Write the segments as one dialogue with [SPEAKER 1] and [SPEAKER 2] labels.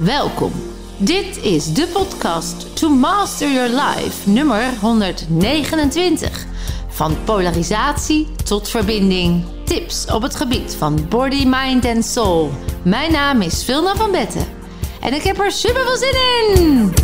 [SPEAKER 1] Welkom. Dit is de podcast To Master Your Life, nummer 129. Van polarisatie tot verbinding. Tips op het gebied van body, mind en soul. Mijn naam is Vilna van Betten. En ik heb er super veel zin in!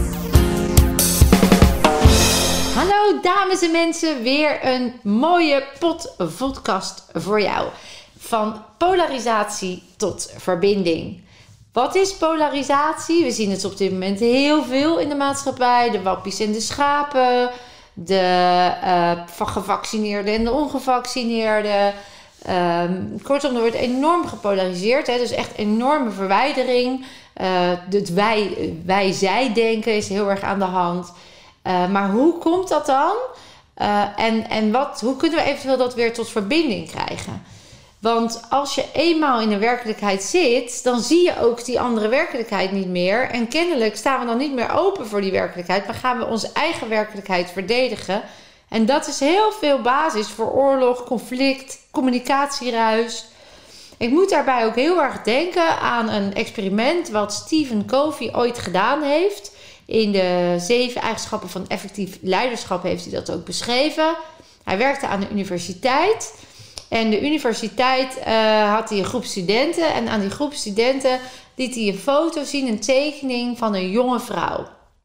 [SPEAKER 1] Hallo dames en mensen, weer een mooie podcast voor jou. Van polarisatie tot verbinding. Wat is polarisatie? We zien het op dit moment heel veel in de maatschappij. De wappies en de schapen. De gevaccineerden en de ongevaccineerden. Kortom, er wordt enorm gepolariseerd. Hè? Dus echt enorme verwijdering. Het wij-zij denken is heel erg aan de hand. Maar hoe komt dat dan? Hoe kunnen we eventueel dat weer tot verbinding krijgen? Want als je eenmaal in een werkelijkheid zit, dan zie je ook die andere werkelijkheid niet meer. En kennelijk staan we dan niet meer open voor die werkelijkheid, maar gaan we onze eigen werkelijkheid verdedigen. En dat is heel veel basis voor oorlog, conflict, communicatieruis. Ik moet daarbij ook heel erg denken aan een experiment wat Stephen Covey ooit gedaan heeft. In de 7 eigenschappen van effectief leiderschap heeft hij dat ook beschreven. Hij werkte aan de universiteit. En de universiteit had hij een groep studenten. En aan die groep studenten liet hij een foto zien, een tekening van een jonge vrouw.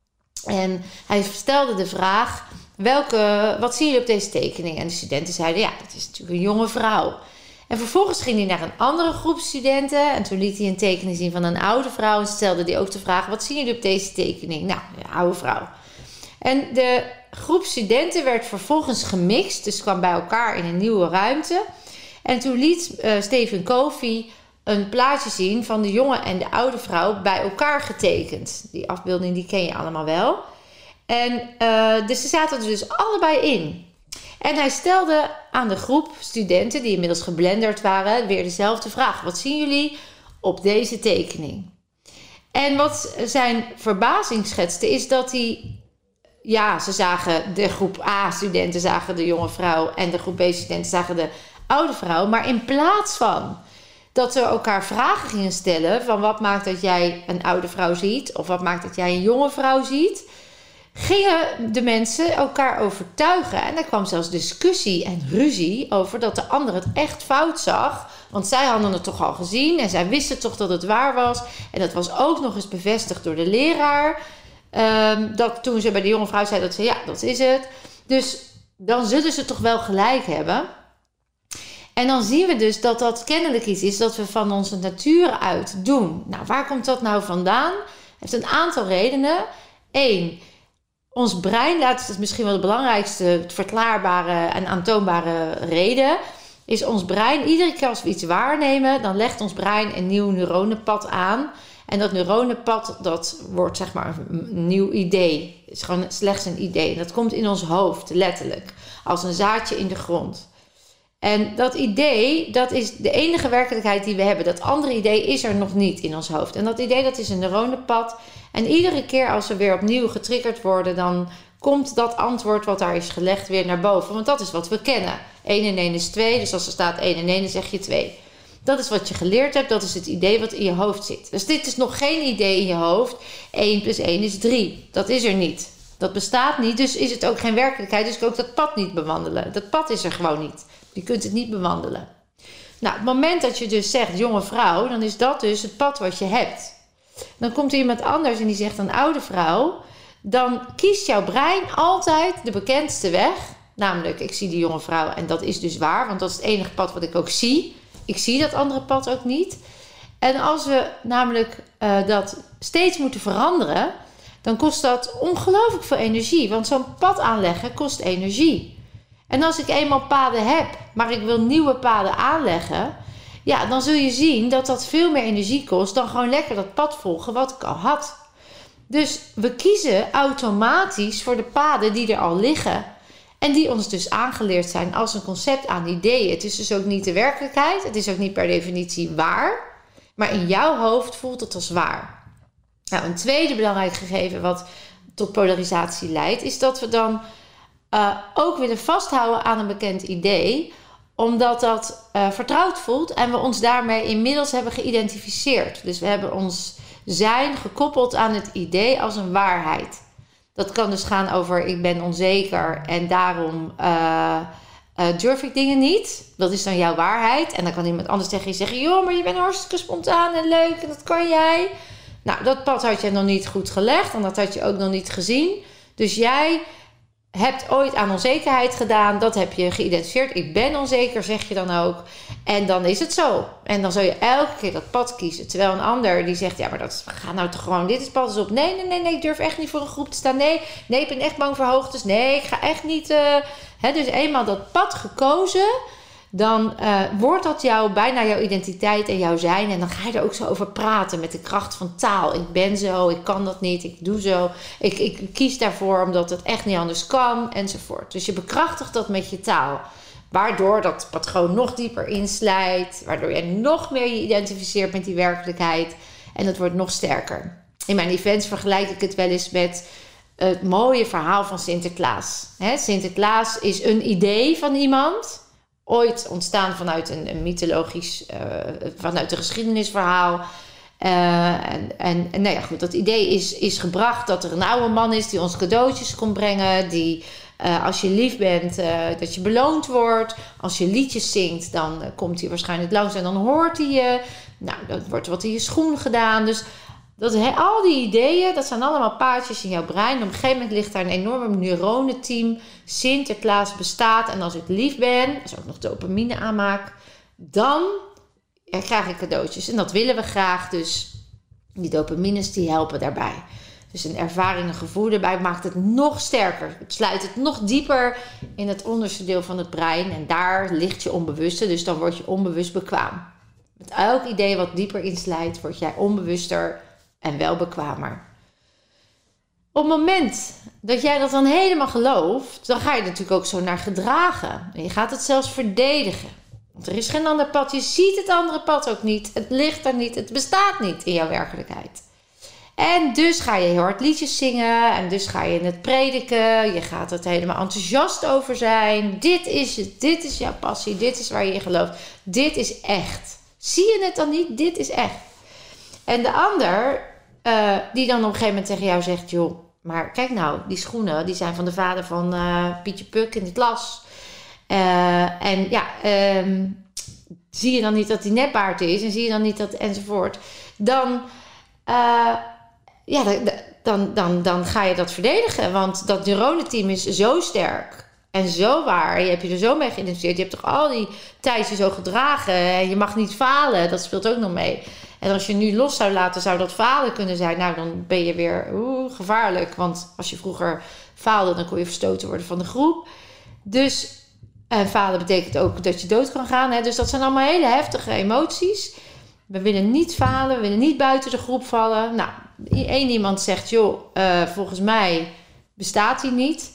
[SPEAKER 1] En hij stelde de vraag, wat zie je op deze tekening? En de studenten zeiden, ja, dat is natuurlijk een jonge vrouw. En vervolgens ging hij naar een andere groep studenten. En toen liet hij een tekening zien van een oude vrouw. En stelde hij ook de vraag, wat zien jullie op deze tekening? Nou, een oude vrouw. En de groep studenten werd vervolgens gemixt. Dus kwam bij elkaar in een nieuwe ruimte. En toen liet Stephen Covey een plaatje zien van de jonge en de oude vrouw bij elkaar getekend. Die afbeelding die ken je allemaal wel. En dus ze zaten er dus allebei in. En hij stelde aan de groep studenten die inmiddels geblenderd waren weer dezelfde vraag. Wat zien jullie op deze tekening? En wat zijn verbazing schetste is dat hij... Ja, ze zagen de groep A-studenten zagen de jonge vrouw en de groep B-studenten zagen de oude vrouw. Maar in plaats van dat ze elkaar vragen gingen stellen van wat maakt dat jij een oude vrouw ziet of wat maakt dat jij een jonge vrouw ziet, gingen de mensen elkaar overtuigen. En er kwam zelfs discussie en ruzie over dat de ander het echt fout zag. Want zij hadden het toch al gezien en zij wisten toch dat het waar was. En dat was ook nog eens bevestigd door de leraar. Dat toen ze bij de jonge vrouw zei dat ze, ja, dat is het. Dus dan zullen ze toch wel gelijk hebben. En dan zien we dus dat dat kennelijk iets is dat we van onze natuur uit doen. Nou, waar komt dat nou vandaan? Het heeft een aantal redenen. 1, ons brein, dat is misschien wel de belangrijkste verklaarbare en aantoonbare reden, is ons brein, iedere keer als we iets waarnemen, dan legt ons brein een nieuw neuronenpad aan. En dat neuronenpad, dat wordt zeg maar een nieuw idee. Het is gewoon slechts een idee. Dat komt in ons hoofd, letterlijk. Als een zaadje in de grond. En dat idee, dat is de enige werkelijkheid die we hebben. Dat andere idee is er nog niet in ons hoofd. En dat idee, dat is een neuronenpad. En iedere keer als we weer opnieuw getriggerd worden, dan komt dat antwoord wat daar is gelegd weer naar boven. Want dat is wat we kennen. 1 en 1 is 2. Dus als er staat 1 en 1, dan zeg je 2. Dat is wat je geleerd hebt. Dat is het idee wat in je hoofd zit. Dus dit is nog geen idee in je hoofd. 1 plus 1 is 3. Dat is er niet. Dat bestaat niet. Dus is het ook geen werkelijkheid. Dus ik kan ook dat pad niet bewandelen. Dat pad is er gewoon niet. Je kunt het niet bewandelen. Nou, het moment dat je dus zegt jonge vrouw, dan is dat dus het pad wat je hebt. Dan komt er iemand anders en die zegt een oude vrouw. Dan kiest jouw brein altijd de bekendste weg. Namelijk, ik zie die jonge vrouw en dat is dus waar. Want dat is het enige pad wat ik ook zie. Ik zie dat andere pad ook niet. En als we namelijk dat steeds moeten veranderen, dan kost dat ongelooflijk veel energie. Want zo'n pad aanleggen kost energie. En als ik eenmaal paden heb, maar ik wil nieuwe paden aanleggen, ja, dan zul je zien dat dat veel meer energie kost dan gewoon lekker dat pad volgen wat ik al had. Dus we kiezen automatisch voor de paden die er al liggen. En die ons dus aangeleerd zijn als een concept aan ideeën. Het is dus ook niet de werkelijkheid. Het is ook niet per definitie waar. Maar in jouw hoofd voelt het als waar. Nou, een tweede belangrijk gegeven wat tot polarisatie leidt, is dat we dan ook willen vasthouden aan een bekend idee, omdat dat vertrouwd voelt en we ons daarmee inmiddels hebben geïdentificeerd. Dus we hebben ons zijn gekoppeld aan het idee als een waarheid. Dat kan dus gaan over ik ben onzeker en daarom durf ik dingen niet. Dat is dan jouw waarheid. En dan kan iemand anders tegen je zeggen, joh, maar je bent hartstikke spontaan en leuk en dat kan jij. Nou, dat pad had je nog niet goed gelegd en dat had je ook nog niet gezien. Dus jij hebt ooit aan onzekerheid gedaan. Dat heb je geïdentificeerd. Ik ben onzeker, zeg je dan ook. En dan is het zo. En dan zal je elke keer dat pad kiezen. Terwijl een ander die zegt, ja, maar dat gaat nou toch gewoon, dit is pad eens op. Nee, ik durf echt niet voor een groep te staan. Nee, ik ben echt bang voor hoogtes. Nee, ik ga echt niet. Dus eenmaal dat pad gekozen, dan wordt dat bijna jouw identiteit en jouw zijn. En dan ga je er ook zo over praten met de kracht van taal. Ik ben zo, ik kan dat niet, ik doe zo. Ik kies daarvoor omdat het echt niet anders kan, enzovoort. Dus je bekrachtigt dat met je taal. Waardoor dat patroon nog dieper inslijt. Waardoor je nog meer je identificeert met die werkelijkheid. En het wordt nog sterker. In mijn events vergelijk ik het wel eens met het mooie verhaal van Sinterklaas. Sinterklaas is een idee van iemand. Ooit ontstaan vanuit een mythologisch, vanuit een geschiedenisverhaal. En nou ja, goed, dat idee is gebracht dat er een oude man is die ons cadeautjes komt brengen. Die als je lief bent, dat je beloond wordt. Als je liedjes zingt, dan komt hij waarschijnlijk langs en dan hoort hij je. Nou, dan wordt wat in je schoen gedaan. Dus al die ideeën, dat zijn allemaal paadjes in jouw brein. Op een gegeven moment ligt daar een enorm neuronenteam. Sinterklaas bestaat en als ik lief ben, als ik ook nog dopamine aanmaak, dan krijg ik cadeautjes. En dat willen we graag, dus die dopamines die helpen daarbij. Dus een ervaring, een gevoel erbij maakt het nog sterker. Het sluit het nog dieper in het onderste deel van het brein. En daar ligt je onbewuste, dus dan word je onbewust bekwaam. Met elk idee wat dieper inslijt, word jij onbewuster en wel bekwamer. Op het moment dat jij dat dan helemaal gelooft, dan ga je er natuurlijk ook zo naar gedragen. En je gaat het zelfs verdedigen. Want er is geen ander pad. Je ziet het andere pad ook niet. Het ligt er niet. Het bestaat niet in jouw werkelijkheid. En dus ga je heel hard liedjes zingen. En dus ga je het prediken. Je gaat er helemaal enthousiast over zijn. Dit is het. Dit is jouw passie. Dit is waar je in gelooft. Dit is echt. Zie je het dan niet? Dit is echt. En de ander, die dan op een gegeven moment tegen jou zegt, joh, maar kijk nou, die schoenen, die zijn van de vader van Pietje Puk in de klas. En ja, zie je dan niet dat die nepbaard is en zie je dan niet dat enzovoort. Dan ga je dat verdedigen, want dat neuronenteam is zo sterk en zo waar. Je hebt je er zo mee geïdentificeerd. Je hebt toch al die tijd je zo gedragen en je mag niet falen. Dat speelt ook nog mee. En als je nu los zou laten, zou dat falen kunnen zijn. Nou, dan ben je weer gevaarlijk. Want als je vroeger faalde, dan kon je verstoten worden van de groep. Dus falen betekent ook dat je dood kan gaan. Hè? Dus dat zijn allemaal hele heftige emoties. We willen niet falen, we willen niet buiten de groep vallen. Nou, één iemand zegt, joh, volgens mij bestaat hij niet.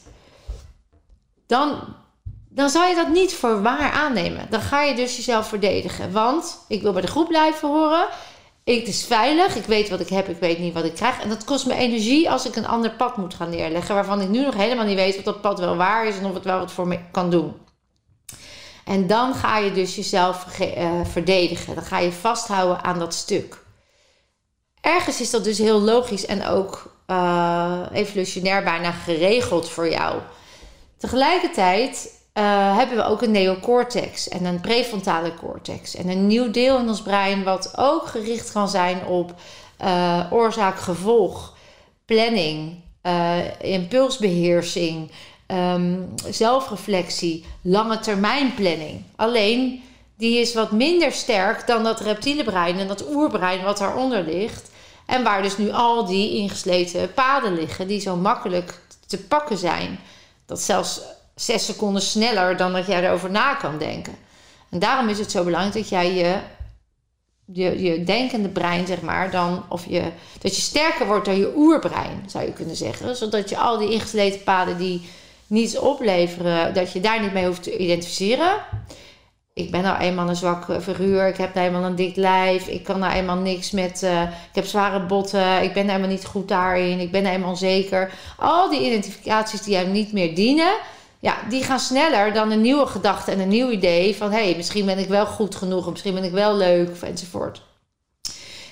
[SPEAKER 1] Dan zal je dat niet voor waar aannemen. Dan ga je dus jezelf verdedigen. Want ik wil bij de groep blijven horen. Het is veilig. Ik weet wat ik heb. Ik weet niet wat ik krijg. En dat kost me energie als ik een ander pad moet gaan neerleggen. Waarvan ik nu nog helemaal niet weet of dat pad wel waar is. En of het wel wat voor me kan doen. En dan ga je dus jezelf verdedigen. Dan ga je vasthouden aan dat stuk. Ergens is dat dus heel logisch. En ook evolutionair bijna geregeld voor jou. Tegelijkertijd hebben we ook een neocortex en een prefrontale cortex. En een nieuw deel in ons brein wat ook gericht kan zijn op oorzaak-gevolg, planning, impulsbeheersing, zelfreflectie, lange termijn planning. Alleen die is wat minder sterk dan dat reptiele brein en dat oerbrein wat daaronder ligt. En waar dus nu al die ingesleten paden liggen die zo makkelijk te pakken zijn. Dat zelfs 6 seconden sneller dan dat jij erover na kan denken. En daarom is het zo belangrijk dat jij je denkende brein, zeg maar, dat je sterker wordt dan je oerbrein, zou je kunnen zeggen. Zodat je al die ingesleten paden die niets opleveren, dat je daar niet mee hoeft te identificeren. Ik ben nou eenmaal een zwak figuur, ik heb nou eenmaal een dik lijf, ik kan nou eenmaal niks met, ik heb zware botten, ik ben nou eenmaal niet goed daarin, ik ben nou eenmaal onzeker. Al die identificaties die jou niet meer dienen, ja, die gaan sneller dan een nieuwe gedachte en een nieuw idee van, hé, misschien ben ik wel goed genoeg, of misschien ben ik wel leuk, of enzovoort.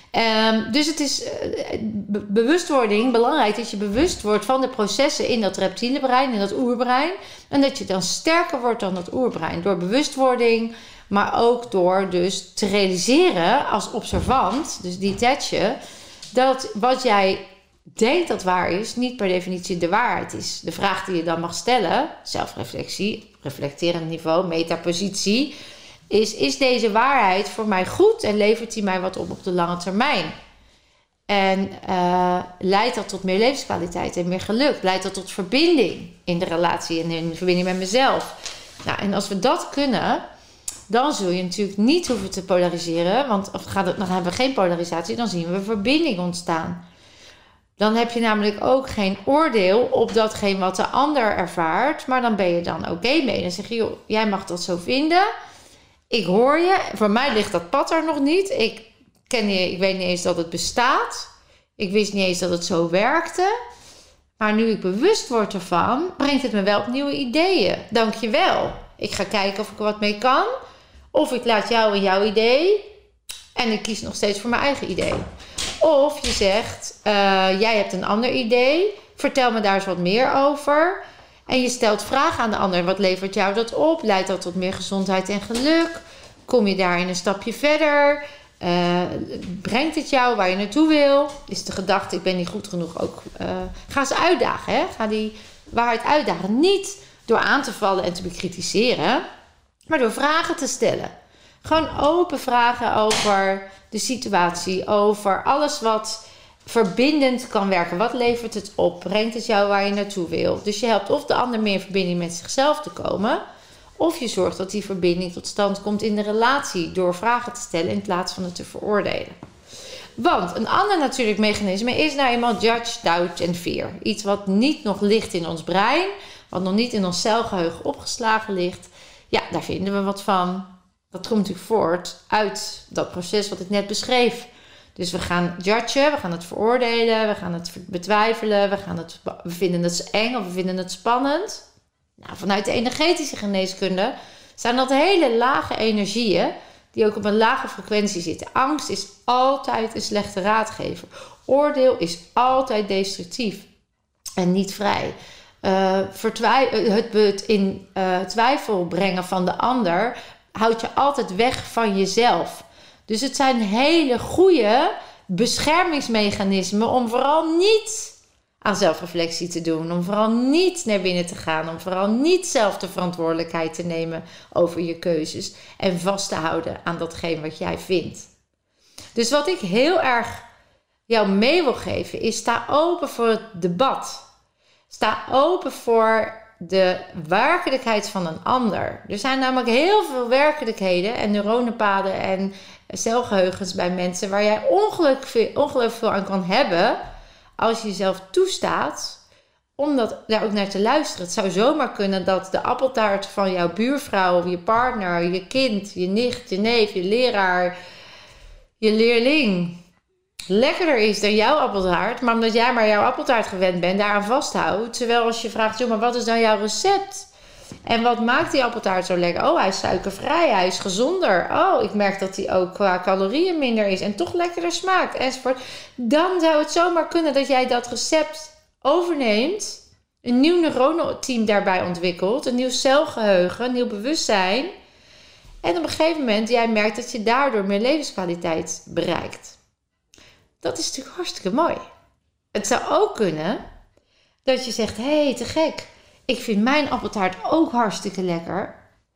[SPEAKER 1] Dus het is bewustwording, belangrijk dat je bewust wordt van de processen in dat reptiele brein, in dat oerbrein. En dat je dan sterker wordt dan dat oerbrein. Door bewustwording, maar ook door dus te realiseren als observant, dus detachen, dat wat jij denkt dat waar is, niet per definitie de waarheid is. De vraag die je dan mag stellen, zelfreflectie, reflecterend niveau, metapositie, is deze waarheid voor mij goed en levert die mij wat op de lange termijn? En leidt dat tot meer levenskwaliteit en meer geluk? Leidt dat tot verbinding in de relatie en in de verbinding met mezelf? Nou, en als we dat kunnen, dan zul je natuurlijk niet hoeven te polariseren. Want dan hebben we geen polarisatie, dan zien we verbinding ontstaan. Dan heb je namelijk ook geen oordeel op datgene wat de ander ervaart. Maar dan ben je dan oké mee. Dan zeg je, joh, jij mag dat zo vinden. Ik hoor je. Voor mij ligt dat pad er nog niet. Ik weet niet eens dat het bestaat. Ik wist niet eens dat het zo werkte. Maar nu ik bewust word ervan, brengt het me wel op nieuwe ideeën. Dank je wel. Ik ga kijken of ik er wat mee kan. Of ik laat jou en jouw idee. En ik kies nog steeds voor mijn eigen idee. Of je zegt, jij hebt een ander idee. Vertel me daar eens wat meer over. En je stelt vragen aan de ander. Wat levert jou dat op? Leidt dat tot meer gezondheid en geluk? Kom je daarin een stapje verder? Brengt het jou waar je naartoe wil? Is de gedachte, ik ben niet goed genoeg ook... ga ze uitdagen. Hè? Ga die waarheid uitdagen. Niet door aan te vallen en te bekritiseren. Maar door vragen te stellen. Gewoon open vragen over de situatie. Over alles wat verbindend kan werken. Wat levert het op? Brengt het jou waar je naartoe wil? Dus je helpt of de ander meer in verbinding met zichzelf te komen. Of je zorgt dat die verbinding tot stand komt in de relatie. Door vragen te stellen in plaats van het te veroordelen. Want een ander natuurlijk mechanisme is nou eenmaal judge, doubt en fear. Iets wat niet nog ligt in ons brein. Wat nog niet in ons celgeheugen opgeslagen ligt. Ja, daar vinden we wat van. Dat komt natuurlijk voort uit dat proces wat ik net beschreef. Dus we gaan judgen, we gaan het veroordelen, we gaan het betwijfelen, we vinden het eng of we vinden het spannend. Nou, vanuit de energetische geneeskunde zijn dat hele lage energieën die ook op een lage frequentie zitten. Angst is altijd een slechte raadgever. Oordeel is altijd destructief en niet vrij. Het in twijfel brengen van de ander houdt je altijd weg van jezelf. Dus het zijn hele goede beschermingsmechanismen om vooral niet aan zelfreflectie te doen. Om vooral niet naar binnen te gaan. Om vooral niet zelf de verantwoordelijkheid te nemen over je keuzes. En vast te houden aan datgene wat jij vindt. Dus wat ik heel erg jou mee wil geven is: sta open voor het debat. Sta open voor de werkelijkheid van een ander. Er zijn namelijk heel veel werkelijkheden en neuronenpaden en celgeheugens bij mensen waar jij ongelooflijk veel aan kan hebben als je jezelf toestaat om daar ook naar te luisteren. Het zou zomaar kunnen dat de appeltaart van jouw buurvrouw of je partner, je kind, je nicht, je neef, je leraar, je leerling lekkerder is dan jouw appeltaart, maar omdat jij maar jouw appeltaart gewend bent, daaraan vasthoudt. Terwijl als je vraagt, joh, maar wat is dan jouw recept? En wat maakt die appeltaart zo lekker? Oh, hij is suikervrij, hij is gezonder. Oh, ik merk dat hij ook qua calorieën minder is en toch lekkerder smaakt, enzovoort. Dan zou het zomaar kunnen dat jij dat recept overneemt, een nieuw neuronenteam daarbij ontwikkelt, een nieuw celgeheugen, een nieuw bewustzijn. En op een gegeven moment jij merkt dat je daardoor meer levenskwaliteit bereikt. Dat is natuurlijk hartstikke mooi. Het zou ook kunnen dat je zegt, hé, te gek. Ik vind mijn appeltaart ook hartstikke lekker.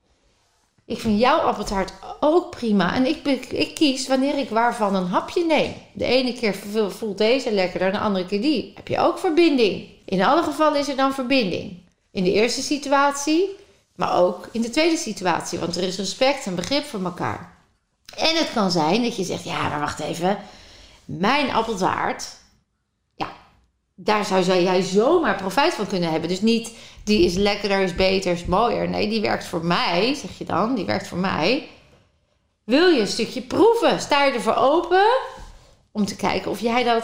[SPEAKER 1] Ik vind jouw appeltaart ook prima. En ik kies wanneer ik waarvan een hapje neem. De ene keer voelt deze lekkerder, de andere keer die. Heb je ook verbinding. In alle gevallen is er dan verbinding. In de eerste situatie, maar ook in de tweede situatie. Want er is respect en begrip voor elkaar. En het kan zijn dat je zegt, ja, maar wacht even. Mijn appeltaart, ja, daar zou jij zomaar profijt van kunnen hebben. Dus niet, die is lekkerder, is beter, is mooier. Nee, die werkt voor mij, zeg je dan. Die werkt voor mij. Wil je een stukje proeven? Sta je ervoor open om te kijken of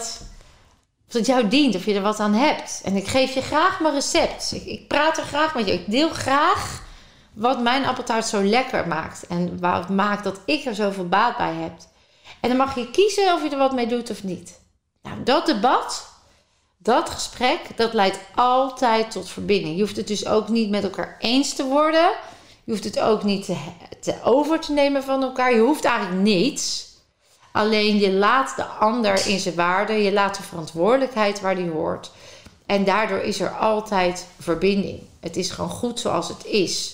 [SPEAKER 1] dat jou dient, of je er wat aan hebt. En ik geef je graag mijn recept. Ik praat er graag met je. Ik deel graag wat mijn appeltaart zo lekker maakt. En wat maakt dat ik er zoveel baat bij heb. En dan mag je kiezen of je er wat mee doet of niet. Nou, dat debat, dat gesprek, dat leidt altijd tot verbinding. Je hoeft het dus ook niet met elkaar eens te worden. Je hoeft het ook niet te over te nemen van elkaar. Je hoeft eigenlijk niets. Alleen je laat de ander in zijn waarde. Je laat de verantwoordelijkheid waar die hoort. En daardoor is er altijd verbinding. Het is gewoon goed zoals het is.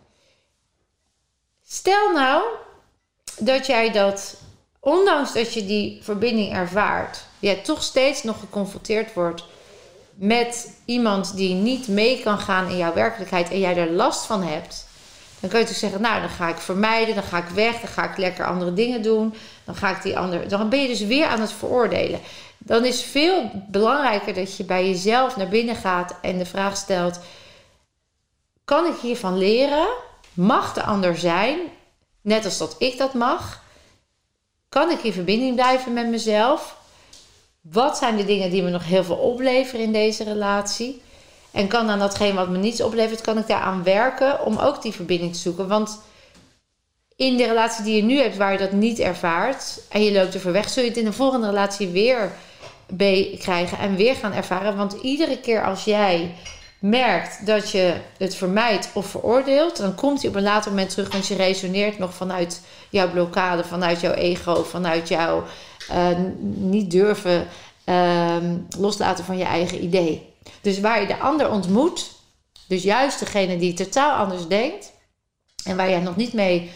[SPEAKER 1] Stel nou dat jij dat, ondanks dat je die verbinding ervaart, jij toch steeds nog geconfronteerd wordt met iemand die niet mee kan gaan in jouw werkelijkheid en jij er last van hebt. Dan kun je dus zeggen, nou, dan ga ik vermijden, dan ga ik weg, dan ga ik lekker andere dingen doen. Dan ben je dus weer aan het veroordelen. Dan is het veel belangrijker dat je bij jezelf naar binnen gaat en de vraag stelt, kan ik hiervan leren? Mag de ander zijn? Net als dat ik dat mag. Kan ik in verbinding blijven met mezelf? Wat zijn de dingen die me nog heel veel opleveren in deze relatie? En kan dan datgene wat me niets oplevert, kan ik daaraan werken om ook die verbinding te zoeken? Want in de relatie die je nu hebt, waar je dat niet ervaart en je loopt ervoor weg, zul je het in de volgende relatie weer krijgen en weer gaan ervaren. Want iedere keer als jij merkt dat je het vermijdt of veroordeelt, dan komt hij op een later moment terug, want je resoneert nog vanuit jouw blokkade, vanuit jouw ego, vanuit jouw niet durven loslaten van je eigen idee. Dus waar je de ander ontmoet, dus juist degene die totaal anders denkt en waar jij nog niet mee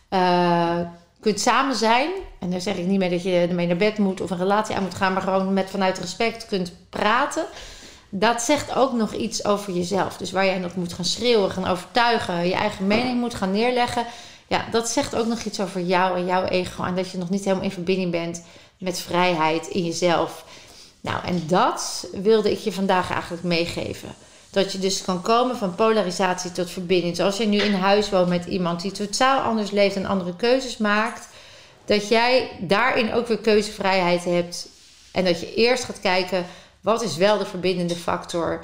[SPEAKER 1] kunt samen zijn, en daar zeg ik niet mee dat je ermee naar bed moet of een relatie aan moet gaan, maar gewoon vanuit respect kunt praten, dat zegt ook nog iets over jezelf. Dus waar jij nog moet gaan schreeuwen, gaan overtuigen, je eigen mening moet gaan neerleggen, ja, dat zegt ook nog iets over jou en jouw ego en dat je nog niet helemaal in verbinding bent met vrijheid in jezelf. Nou, en dat wilde ik je vandaag eigenlijk meegeven. Dat je dus kan komen van polarisatie tot verbinding. Zoals je nu in huis woont met iemand die totaal anders leeft en andere keuzes maakt. Dat jij daarin ook weer keuzevrijheid hebt. En dat je eerst gaat kijken, wat is wel de verbindende factor?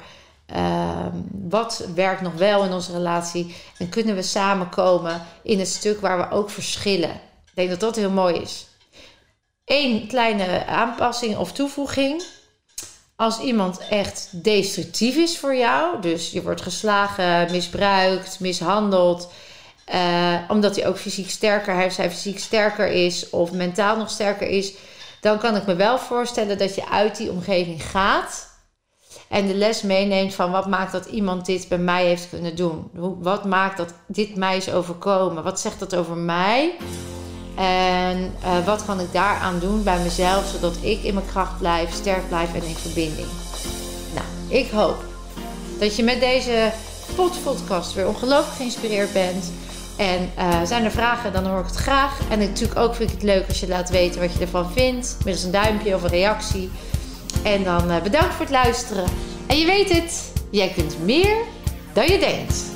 [SPEAKER 1] Wat werkt nog wel in onze relatie? En kunnen we samenkomen in het stuk waar we ook verschillen? Ik denk dat dat heel mooi is. Eén kleine aanpassing of toevoeging. Als iemand echt destructief is voor jou, dus je wordt geslagen, misbruikt, mishandeld, omdat hij ook fysiek sterker heeft, hij fysiek sterker is of mentaal nog sterker is, dan kan ik me wel voorstellen dat je uit die omgeving gaat en de les meeneemt van wat maakt dat iemand dit bij mij heeft kunnen doen? Wat maakt dat dit mij is overkomen? Wat zegt dat over mij? En wat kan ik daaraan doen bij mezelf, zodat ik in mijn kracht blijf, sterk blijf en in verbinding. Nou, ik hoop dat je met deze podcast weer ongelooflijk geïnspireerd bent. En zijn er vragen, dan hoor ik het graag. En natuurlijk ook vind ik het leuk als je laat weten wat je ervan vindt. Middels een duimpje of een reactie. En dan bedankt voor het luisteren. En je weet het, jij kunt meer dan je denkt.